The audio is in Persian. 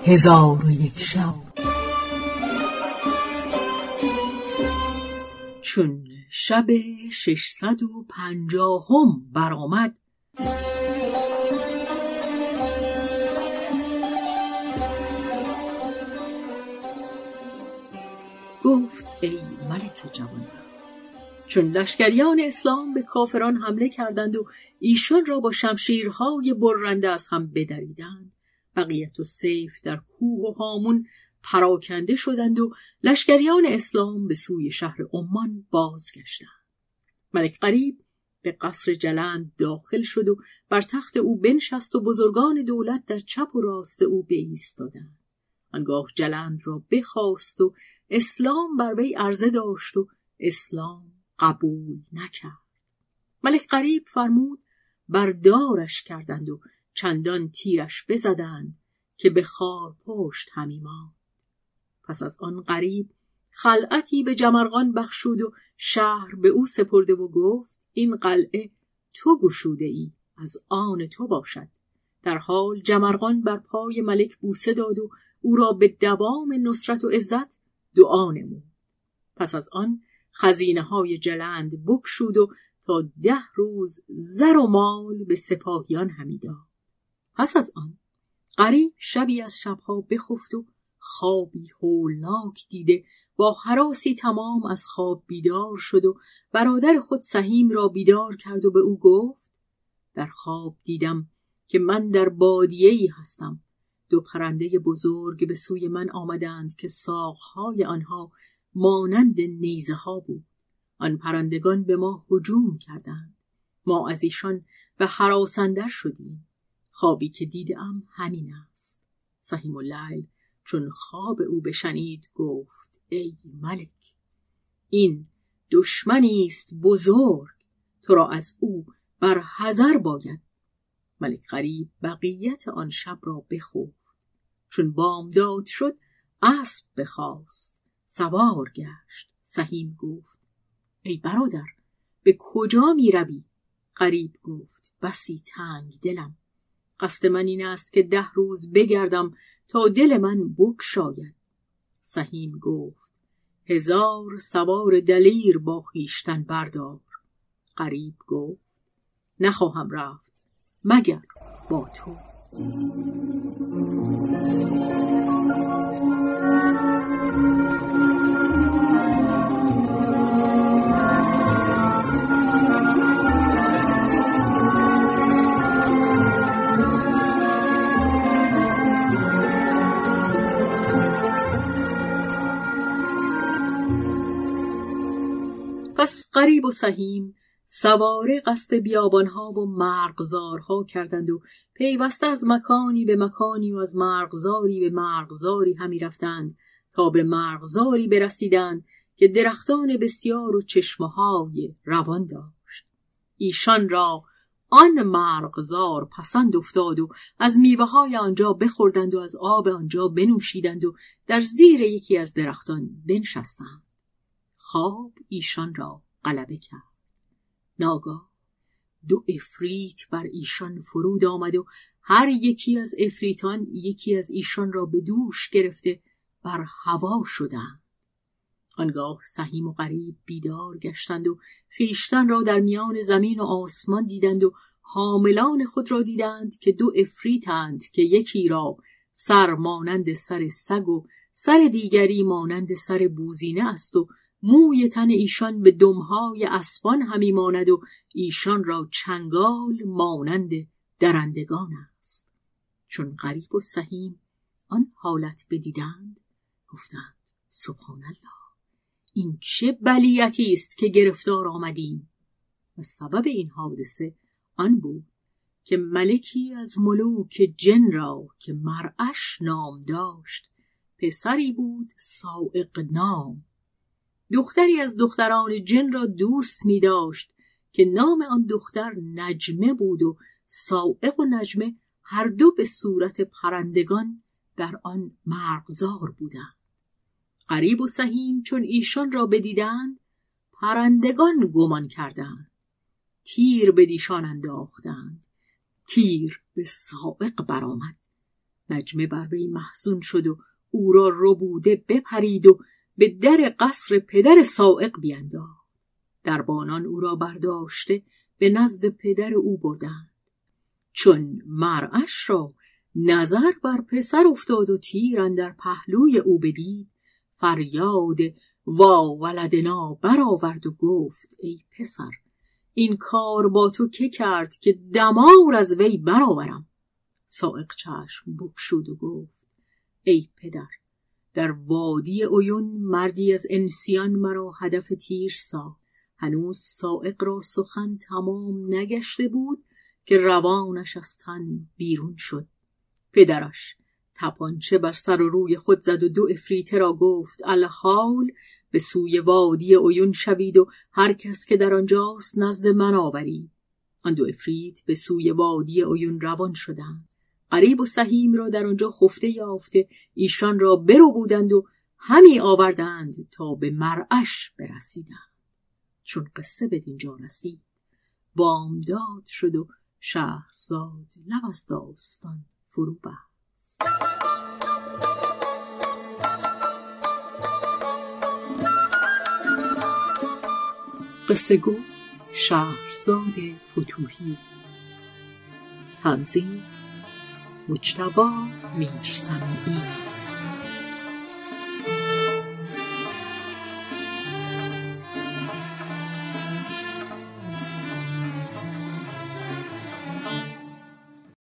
1001 شب. چون شب 650 برآمد، گفت ای ملک جوان، چون لشکریان اسلام به کافران حمله کردند و ایشان را با شمشیرهای برنده از هم بدریدند، بقیت السیف در کوه و هامون پراکنده شدند و لشکریان اسلام به سوی شهر عمان بازگشتند. ملک غریب به قصر جلند داخل شد و بر تخت او بنشست و بزرگان دولت در چپ و راست او بایستادند. آنگاه جلند را بخواست و اسلام بر وی عرضه داشت و اسلام قبول نکرد. ملک غریب فرمود بردارش کردند و چندان تیرش بزدند که به خار پشت همی ماند. پس از آن غریب خلعتی به جمرغان بخشود و شهر به او سپرده و گفت این قلعه تو گشوده ای، از آن تو باشد. در حال جمرغان بر پای ملک بوسه داد و او را به دوام نصرت و عزت دعا نمود. پس از آن خزینه های جلند بگشود و تا 10 روز زر و مال به سپاهیان همی داد. پس از آن غریب شبی از شبها بخفت و خوابی هولناک دیده با هراسی تمام از خواب بیدار شد و برادر خود سهیم را بیدار کرد و به او گفت در خواب دیدم که من در بادیه‌ای هستم. 2 پرنده بزرگ به سوی من آمدند که ساقهای آنها مانند نیزه ها بود. آن پرندگان به ما هجوم کردند. ما از ایشان به هراس اندر شدیم. خوابی که دیدم همین است. سهیم اللیل چون خواب او بشنید گفت ای ملک، این دشمنی است بزرگ، تو را از او بر حذر باید. ملک غریب بقیت آن شب را بخفت. چون بامداد شد اسب بخواست، سوار گشت. سهیم گفت ای برادر، به کجا می روی؟ غریب گفت بسی تنگ دلم. قصد من این است که 10 روز بگردم تا دل من بگشاید. سهیم گفت 1000 سوار دلیر با خویشتن بردار. غریب گفت نخواهم رفت مگر با تو. پس غریب و سهیم سواره قصد بیابانها و مرغزارها کردند و پیوسته از مکانی به مکانی و از مرغزاری به مرغزاری همی رفتند تا به مرغزاری برسیدند که درختان بسیار و چشمه‌های روان داشت. ایشان را آن مرغزار پسند افتاد و از میوه‌های آنجا بخوردند و از آب آنجا بنوشیدند و در زیر یکی از درختان بنشستند. خواب ایشان را غلبه کرد. ناگاه 2 عفریت بر ایشان فرود آمد و هر یکی از عفریتان یکی از ایشان را به دوش گرفته بر هوا شدند. آنگاه سهیم و غریب بیدار گشتند و خویشتن را در میان زمین و آسمان دیدند و حاملان خود را دیدند که 2 عفریتند که یکی را سر مانند سر سگ و سر دیگری مانند سر بوزینه است و موی تن ایشان به دمهای اسبان همی ماند و ایشان را چنگال مانند درندگان است. چون غریب و سهیم آن حالت بدیدند گفتند سبحان الله، این چه بلیتی است که گرفتار آمدیم. و سبب این حادثه آن بود که ملکی از ملوک جن را که مرعش نام داشت پسری بود صاعق نام. دختری از دختران جن را دوست می داشت که نام آن دختر نجمه بود و صاعق و نجمه هر دو به صورت پرندگان در آن مرغزار بودند. غریب و سهیم چون ایشان را بدیدند پرندگان گمان کردند، تیر به دیشان انداختند، تیر به صاعق برآمد. نجمه بر وی محزون شد و او را ربوده بپرید و به در قصر پدر سائق بینداخت. دربانان او را برداشته به نزد پدر او بردند. چون مرعش را نظر بر پسر افتاد و تیر اندر پهلوی او بدید، فریاد وا ولدنا برآورد و گفت ای پسر، این کار با تو که کرد که دمار از وی برآورم؟ سائق چشم بگشود و گفت ای پدر، در وادی عیون مردی از انسیان مرا هدف تیر ساخت. هنوز سائق را سخن تمام نگشته بود که روانش از تن بیرون شد. پدرش تپانچه بر سر و روی خود زد و 2 عفریته را گفت الحال به سوی وادی عیون شوید و هر کس که در آنجاست نزد من آورید. آن 2 عفریت به سوی وادی عیون روان شدند. غریب و سهیم را در آنجا خفته یافته ایشان را بربودند و همی آوردند تا به مرعش برسیدند. چون قصه به دینجا رسید بامداد شد و شهرزاد لب از داستان فرو بست. قصه گو شهرزاد فتوحی. تنظیم مجتبی میرسمی.